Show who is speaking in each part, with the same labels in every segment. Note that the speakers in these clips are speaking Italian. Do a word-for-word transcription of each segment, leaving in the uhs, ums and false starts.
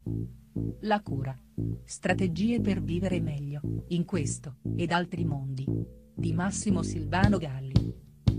Speaker 1: La cura. Strategie per vivere meglio, in questo, ed altri mondi. Di Massimo Silvano Galli.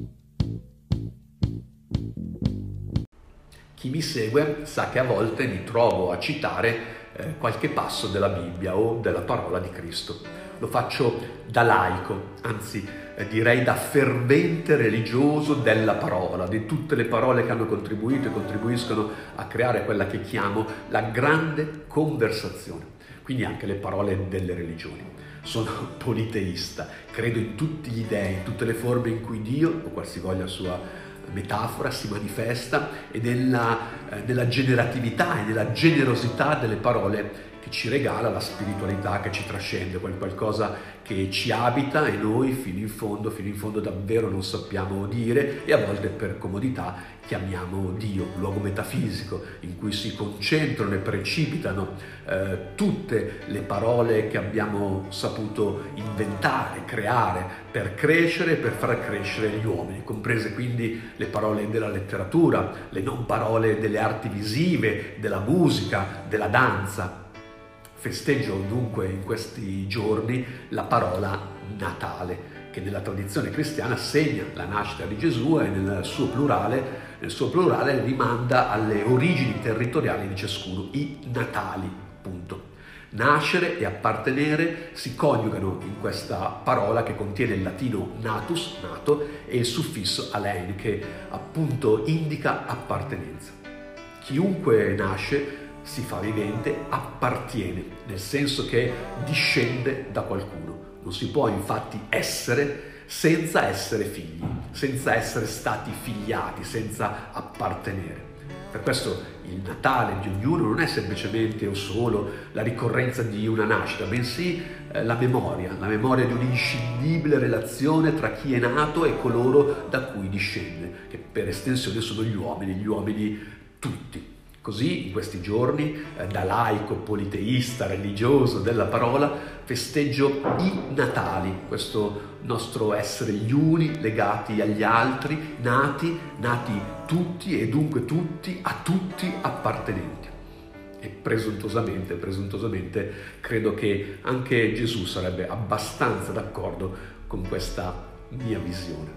Speaker 2: Chi mi segue sa che a volte mi trovo a citare eh, qualche passo della Bibbia o della parola di Cristo. Lo faccio da laico, anzi eh, direi da fervente religioso della parola, di tutte le parole che hanno contribuito e contribuiscono a creare quella che chiamo la grande conversazione. Quindi anche le parole delle religioni. Sono politeista, credo in tutti gli dei, in tutte le forme in cui Dio, o qualsivoglia sua metafora, si manifesta, e nella, eh, nella generatività e nella generosità delle parole che ci regala la spiritualità che ci trascende, quel qualcosa che ci abita e noi fino in fondo, fino in fondo davvero non sappiamo dire, e a volte per comodità chiamiamo Dio, luogo metafisico in cui si concentrano e precipitano eh, tutte le parole che abbiamo saputo inventare, creare per crescere e per far crescere gli uomini, comprese quindi le parole della letteratura, le non parole delle arti visive, della musica, della danza. Festeggio dunque in questi giorni la parola Natale, che nella tradizione cristiana segna la nascita di Gesù e nel suo plurale, nel suo plurale rimanda alle origini territoriali di ciascuno, i natali, punto. Nascere e appartenere si coniugano in questa parola che contiene il latino natus, nato, e il suffisso alein, che appunto indica appartenenza. Chiunque nasce si fa vivente, appartiene, nel senso che discende da qualcuno. Non si può infatti essere senza essere figli, senza essere stati figliati, senza appartenere. Per questo il Natale di ognuno non è semplicemente o solo la ricorrenza di una nascita, bensì eh, la memoria, la memoria di un'inscindibile relazione tra chi è nato e coloro da cui discende, che per estensione sono gli uomini, gli uomini tutti. Così in questi giorni, eh, da laico, politeista, religioso della parola, festeggio i Natali, questo nostro essere gli uni legati agli altri, nati, nati tutti e dunque tutti, a tutti appartenenti. E presuntuosamente, presuntuosamente credo che anche Gesù sarebbe abbastanza d'accordo con questa mia visione.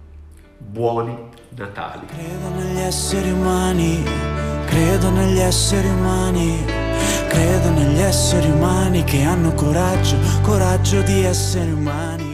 Speaker 2: Buoni Natali.
Speaker 3: Credo negli esseri umani, credo negli esseri umani, credo negli esseri umani che hanno coraggio, coraggio di essere umani.